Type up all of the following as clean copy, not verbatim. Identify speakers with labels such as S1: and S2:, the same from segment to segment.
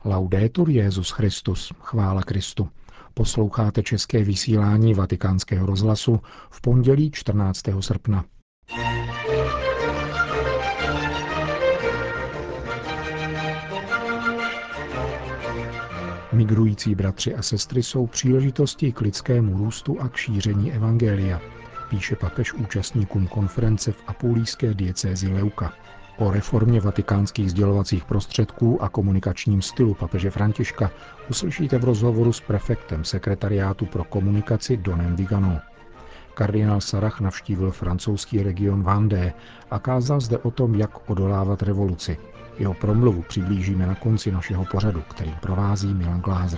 S1: Laudetur Jesus Christus, chvála Kristu. Posloucháte české vysílání Vatikánského rozhlasu v pondělí 14. srpna. Migrující bratři a sestry jsou příležitostí k lidskému růstu a k šíření evangelia, píše papež účastníkům konference v apulijské diecézi Leuka. O reformě vatikánských sdělovacích prostředků a komunikačním stylu papeže Františka uslyšíte v rozhovoru s prefektem sekretariátu pro komunikaci Donem Viganou. Kardinál Sarah navštívil francouzský region Vendée a kázal zde o tom, jak odolávat revoluci. Jeho promluvu přiblížíme na konci našeho pořadu, který provází Milan Glázer.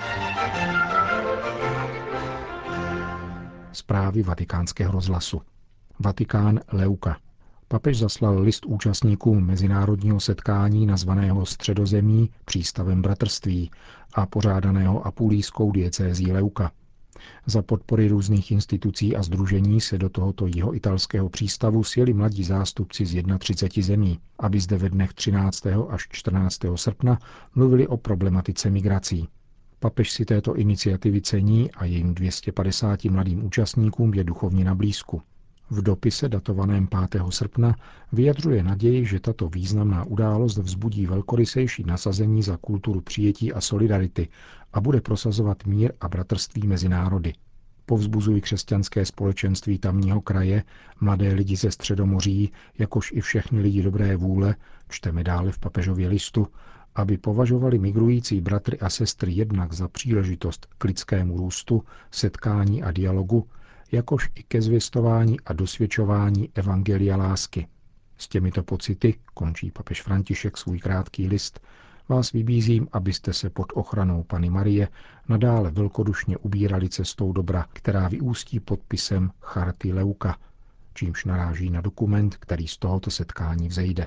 S1: Zprávy Vatikánského rozhlasu. Vatikán Leuka. Papež zaslal list účastníkům mezinárodního setkání nazvaného Středozemí přístavem bratrství a pořádaného apulijskou diecézí Leuka. Za podpory různých institucí a sdružení se do tohoto jihoitalského přístavu sjeli mladí zástupci z 31 zemí, aby zde ve dnech 13. až 14. srpna mluvili o problematice migrací. Papež si této iniciativy cení a jejím 250 mladým účastníkům je duchovně na blízku. V dopise datovaném 5. srpna vyjadřuje naději, že tato významná událost vzbudí velkorysejší nasazení za kulturu přijetí a solidarity a bude prosazovat mír a bratrství mezi národy. Povzbuzují křesťanské společenství tamního kraje, mladé lidi ze Středomoří, jakož i všechny lidi dobré vůle, čteme dále v papežově listu, aby považovali migrující bratry a sestry jednak za příležitost k lidskému růstu, setkání a dialogu, jakož i ke zvěstování a dosvědčování evangelia lásky. S těmito pocity, končí papež František svůj krátký list, vás vybízím, abyste se pod ochranou Panny Marie nadále velkodušně ubírali cestou dobra, která vyústí podpisem Charty Leuka, čímž naráží na dokument, který z tohoto setkání vzejde.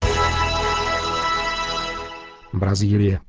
S1: Brazílie.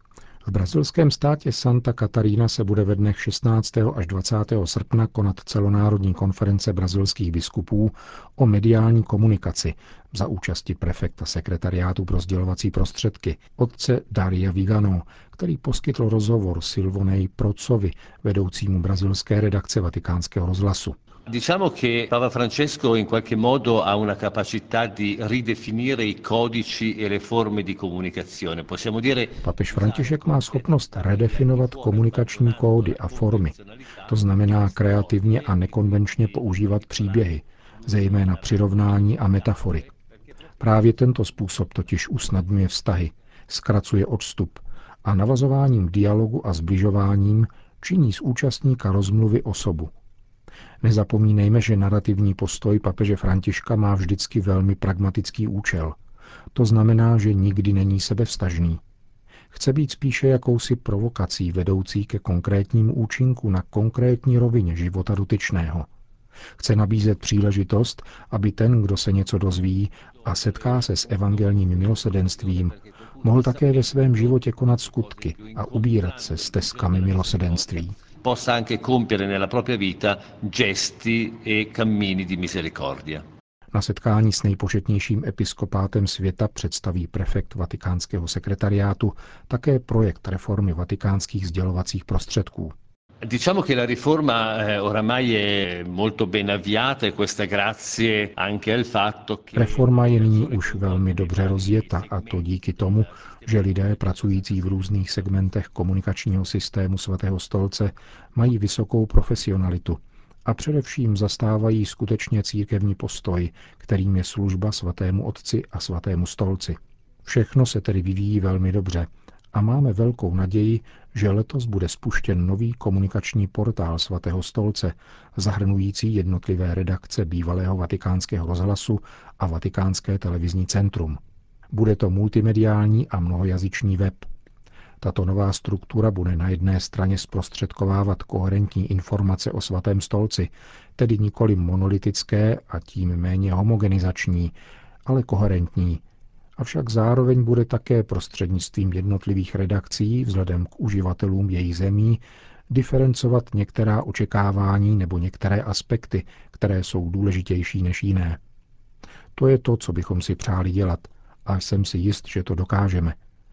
S1: V brazilském státě Santa Catarina se bude ve dnech 16. až 20. srpna konat celonárodní konference brazilských biskupů o mediální komunikaci za účasti prefekta sekretariátu pro sdělovací prostředky, otce Daria Vigano, který poskytl rozhovor Silvonej Procovi, vedoucímu brazilské redakce Vatikánského rozhlasu.
S2: Diciamo che Papa Francesco in qualche modo ha una capacità di ridefinire i codici e le forme di comunicazione. Possiamo dire.
S1: Papež František má schopnost redefinovat komunikační kódy a formy. To znamená kreativně a nekonvenčně používat příběhy, zejména přirovnání a metafory. Právě tento způsob totiž usnadňuje vztahy, zkracuje odstup a navazováním dialogu a zbližováním činí z účastníka rozmluvy osobu. Nezapomínejme, že narativní postoj papeže Františka má vždycky velmi pragmatický účel. To znamená, že nikdy není sebevztažný. Chce být spíše jakousi provokací vedoucí ke konkrétnímu účinku na konkrétní rovině života dotyčného. Chce nabízet příležitost, aby ten, kdo se něco dozví a setká se s evangelním milosrdenstvím, mohl také ve svém životě konat skutky a ubírat se stezkami milosrdenství.
S2: Possa anche compiere nella propria vita gesti e cammini di misericordia.
S1: Na setkání s nejpočetnějším episkopátem světa představí prefekt vatikánského sekretariátu také projekt reformy vatikánských sdělovacích prostředků.
S2: Diciamo che la riforma oramai è molto ben avviata e questa grazie anche al fatto che.
S1: Reforma je nyní už velmi dobře rozjeta a to díky tomu, že lidé pracující v různých segmentech komunikačního systému Svatého stolce mají vysokou profesionalitu a především zastávají skutečně církevní postoj, kterým je služba Svatému Otci a Svatému stolci. Všechno se tedy vyvíjí velmi dobře a máme velkou naději, že letos bude spuštěn nový komunikační portál Svatého stolce, zahrnující jednotlivé redakce bývalého Vatikánského rozhlasu a Vatikánské televizní centrum. Bude to multimediální a mnohojazyčný web. Tato nová struktura bude na jedné straně zprostředkovávat koherentní informace o Svatém stolci, tedy nikoli monolitické a tím méně homogenizační, ale koherentní. Avšak zároveň bude také prostřednictvím jednotlivých redakcí vzhledem k uživatelům jejich zemí diferencovat některá očekávání nebo některé aspekty, které jsou důležitější než jiné. To je to, co bychom si přáli dělat a jsem si jist, že to dokážeme.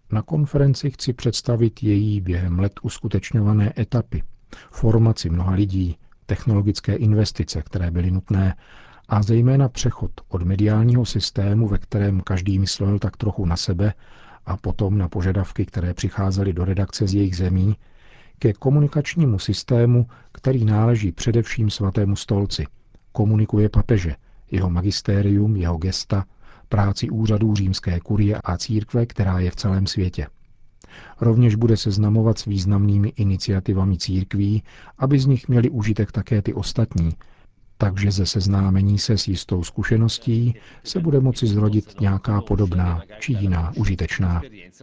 S1: Na konferenci chci představit její během let uskutečňované etapy, formaci mnoha lidí, technologické investice, které byly nutné, a zejména přechod od mediálního systému, ve kterém každý myslel tak trochu na sebe, a potom na požadavky, které přicházely do redakce z jejich zemí, ke komunikačnímu systému, který náleží především Svatému stolci. Komunikuje papeže, jeho magistérium, jeho gesta, práci úřadů římské kurie a církve, která je v celém světě. Rovněž bude seznamovat s významnými iniciativami církví, aby z nich měli užitek také ty ostatní, takže ze seznámení se s jistou zkušeností se bude moci zrodit nějaká podobná či jiná užitečná.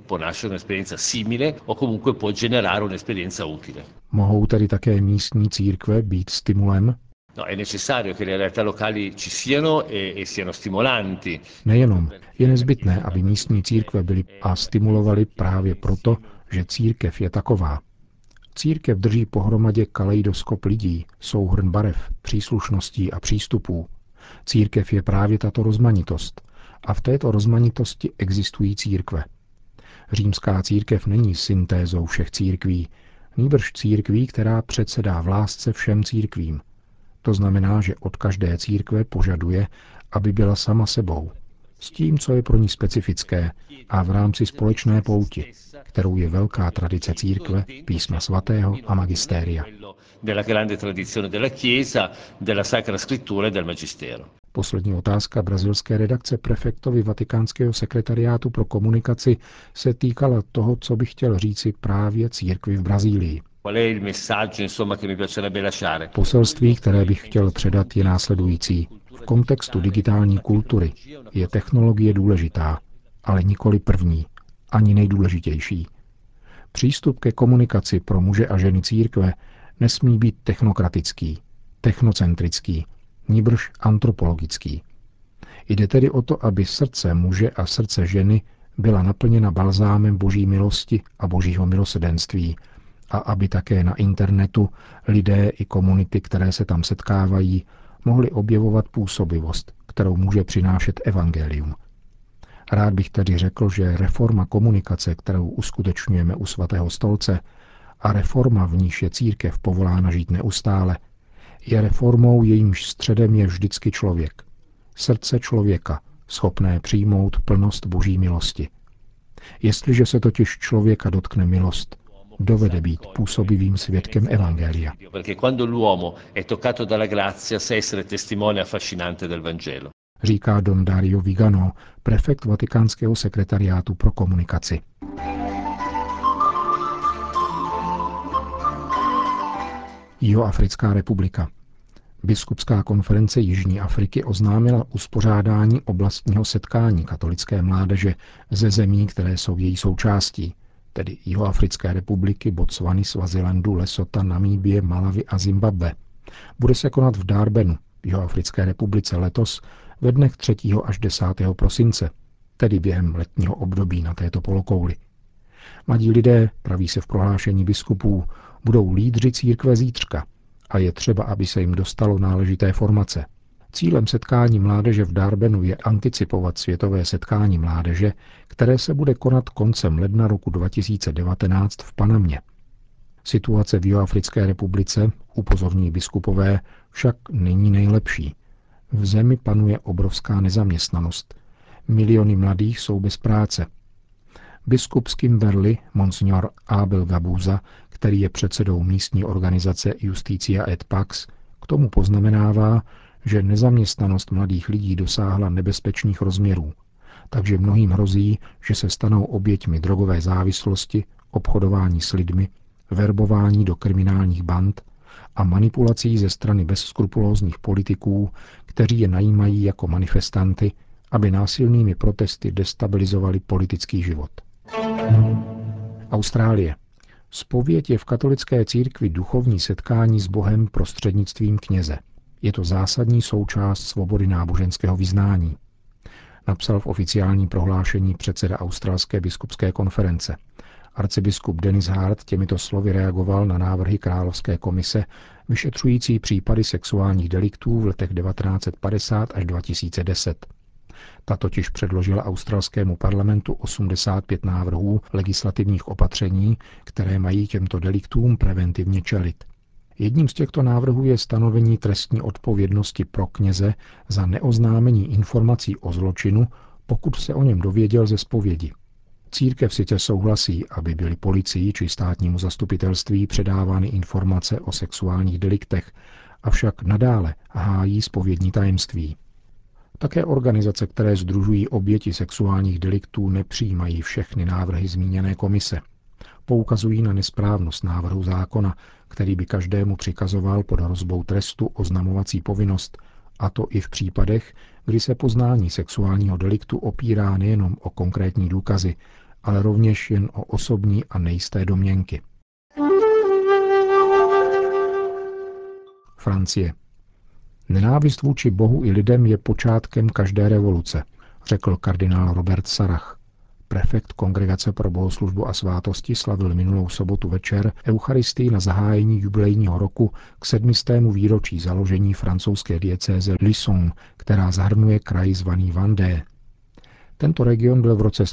S1: Mohou tedy také místní církve být stimulem? Nejenom. Je nezbytné, aby místní církve byly a stimulovaly právě proto, že církev je taková. Církev drží pohromadě kaleidoskop lidí, souhrn barev, příslušností a přístupů. Církev je právě tato rozmanitost a v této rozmanitosti existují církve. Římská církev není syntézou všech církví, nýbrž církví, která předsedá v lásce všem církvím. To znamená, že od každé církve požaduje, aby byla sama sebou, s tím, co je pro ní specifické, a v rámci společné pouti, kterou je velká tradice církve, písma svatého a magistéria. Poslední otázka brazilské redakce prefektovi Vatikánského sekretariátu pro komunikaci se týkala toho, co by chtěl říci právě církvi v Brazílii. Poselství, které bych chtěl předat, je následující. V kontextu digitální kultury je technologie důležitá, ale nikoli první, ani nejdůležitější. Přístup ke komunikaci pro muže a ženy církve nesmí být technokratický, technocentrický, nýbrž antropologický. Jde tedy o to, aby srdce muže a srdce ženy byla naplněna balzámem Boží milosti a Božího milosrdenství, a aby také na internetu lidé i komunity, které se tam setkávají, mohli objevovat působivost, kterou může přinášet evangelium. Rád bych tedy řekl, že reforma komunikace, kterou uskutečňujeme u Svatého stolce, a reforma, v níž je církev povolána žít neustále, je reformou, jejímž středem je vždycky člověk. Srdce člověka, schopné přijmout plnost Boží milosti. Jestliže se totiž člověka dotkne milost, dovede být působivým svědkem evangelia. Říká don Dario Vigano, prefekt Vatikánského sekretariátu pro komunikaci. Jihoafrická republika. Biskupská konference Jižní Afriky oznámila uspořádání oblastního setkání katolické mládeže ze zemí, které jsou její součástí, tedy Jihoafrické republiky, Botswany, Swazilandu, Lesota, Namíbie, Malawi a Zimbabwe. Bude se konat v Darbenu, v Jihoafrické republice letos ve dnech 3. až 10. prosince, tedy během letního období na této polokouli. Mladí lidé, praví se v prohlášení biskupů, budou lídři církve zítřka a je třeba, aby se jim dostalo náležité formace. Cílem setkání mládeže v Darbenu je anticipovat světové setkání mládeže, které se bude konat koncem ledna roku 2019 v Panamě. Situace v Jihoafrické republice, upozorní biskupové, však není nejlepší. V zemi panuje obrovská nezaměstnanost. Miliony mladých jsou bez práce. Biskup z Kimberley, monsignor Abel Gabuza, který je předsedou místní organizace Justitia et Pax, k tomu poznamenává, že nezaměstnanost mladých lidí dosáhla nebezpečných rozměrů, takže mnohým hrozí, že se stanou oběťmi drogové závislosti, obchodování s lidmi, verbování do kriminálních band a manipulací ze strany bezskrupulózních politiků, kteří je najímají jako manifestanty, aby násilnými protesty destabilizovali politický život. Austrálie. Zpověď je v katolické církvi duchovní setkání s Bohem prostřednictvím kněze. Je to zásadní součást svobody náboženského vyznání, napsal v oficiálním prohlášení předseda Australské biskupské konference. Arcibiskup Dennis Hart těmito slovy reagoval na návrhy Královské komise vyšetřující případy sexuálních deliktů v letech 1950 až 2010. Ta totiž předložila australskému parlamentu 85 návrhů legislativních opatření, které mají těmto deliktům preventivně čelit. Jedním z těchto návrhů je stanovení trestní odpovědnosti pro kněze za neoznámení informací o zločinu, pokud se o něm dověděl ze zpovědi. Církev sice souhlasí, aby byly policii či státnímu zastupitelství předávány informace o sexuálních deliktech, avšak nadále hájí zpovědní tajemství. Také organizace, které sdružují oběti sexuálních deliktů, nepřijímají všechny návrhy zmíněné komise. Poukazují na nesprávnost návrhu zákona, který by každému přikazoval pod hrozbou trestu oznamovací povinnost, a to i v případech, kdy se poznání sexuálního deliktu opírá nejenom o konkrétní důkazy, ale rovněž jen o osobní a nejisté domněnky. Francie. Nenávist vůči Bohu i lidem je počátkem každé revoluce, řekl kardinál Robert Sarach. Prefekt Kongregace pro bohoslužbu a svátosti slavil minulou sobotu večer eucharistii na zahájení jubilejního roku k 700. výročí založení francouzské diecéze Lyon, která zahrnuje kraj zvaný Vendée. Tento region byl v roce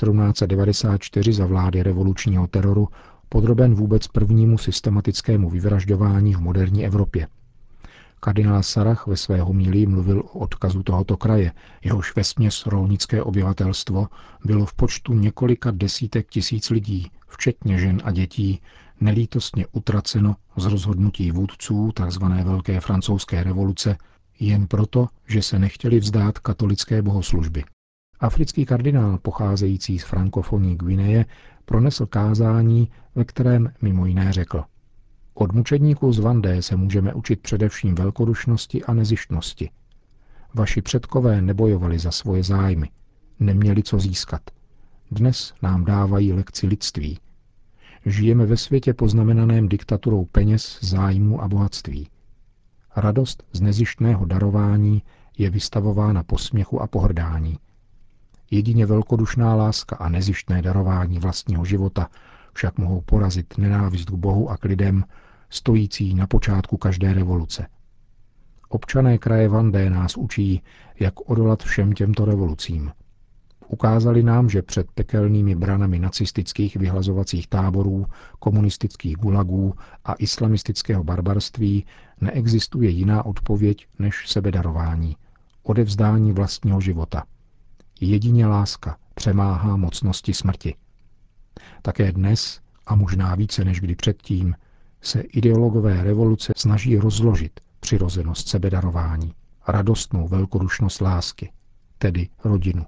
S1: 1794 za vlády revolučního teroru podroben vůbec prvnímu systematickému vyvražďování v moderní Evropě. Kardinál Sarach ve své homílii mluvil o odkazu tohoto kraje, jehož vesměs rolnické obyvatelstvo bylo v počtu několika desítek tisíc lidí, včetně žen a dětí, nelítostně utraceno z rozhodnutí vůdců tzv. Velké francouzské revoluce jen proto, že se nechtěli vzdát katolické bohoslužby. Africký kardinál pocházející z frankofonní Guineje pronesl kázání, ve kterém mimo jiné řekl: Od mučedníků z Vendée se můžeme učit především velkodušnosti a nezištnosti. Vaši předkové nebojovali za svoje zájmy, neměli co získat. Dnes nám dávají lekci lidství. Žijeme ve světě poznamenaném diktaturou peněz, zájmů a bohatství. Radost z nezištného darování je vystavována posměchu a pohrdání. Jedině velkodušná láska a nezištné darování vlastního života však mohou porazit nenávist k Bohu a k lidem, stojící na počátku každé revoluce. Občané kraje Vendée nás učí, jak odolat všem těmto revolucím. Ukázali nám, že před pekelnými branami nacistických vyhlazovacích táborů, komunistických gulagů a islamistického barbarství neexistuje jiná odpověď než sebedarování, odevzdání vlastního života. Jedině láska přemáhá mocnosti smrti. Také dnes, a možná více než kdy předtím, se ideologové revoluce snaží rozložit přirozenost sebedarování, radostnou velkodušnost lásky, tedy rodinu.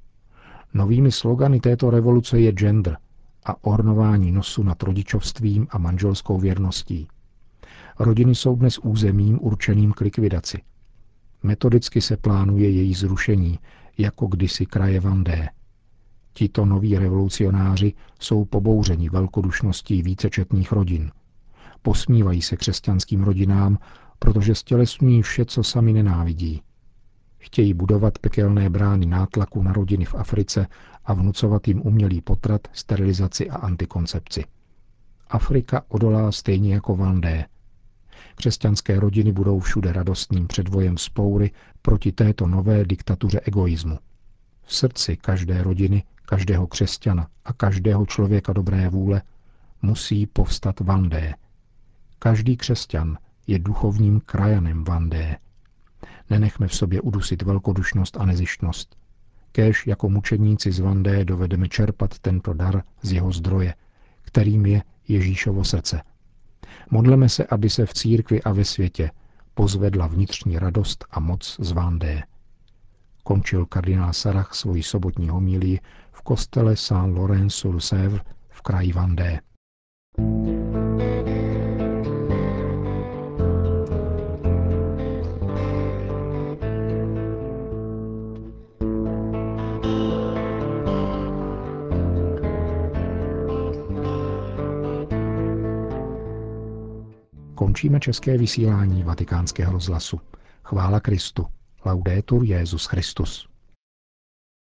S1: Novými slogany této revoluce je gender a ohrnování nosu nad rodičovstvím a manželskou věrností. Rodiny jsou dnes územím určeným k likvidaci. Metodicky se plánuje její zrušení, jako kdysi kraje Vendée. Tito noví revolucionáři jsou pobouřeni velkodušností vícečetných rodin. Posmívají se křesťanským rodinám, protože stělesňují vše, co sami nenávidí. Chtějí budovat pekelné brány nátlaku na rodiny v Africe a vnucovat jim umělý potrat, sterilizaci a antikoncepci. Afrika odolá stejně jako Vendée. Křesťanské rodiny budou všude radostným předvojem vzpoury proti této nové diktatuře egoismu. V srdci každé rodiny, každého křesťana a každého člověka dobré vůle musí povstat Vendée. Každý křesťan je duchovním krajanem Vendée. Nenechme v sobě udusit velkodušnost a nezištnost. Kéž jako mučedníci z Vendée dovedeme čerpat tento dar z jeho zdroje, kterým je Ježíšovo srdce. Modleme se, aby se v církvi a ve světě pozvedla vnitřní radost a moc z Vendée. Končil kardinál Sarach svoji sobotní homílii v kostele Saint-Laurent-sur-Sèvre v kraji Vendée. Končíme české vysílání Vatikánského rozhlasu. Chvála Kristu. Laudetur Jesus Christus.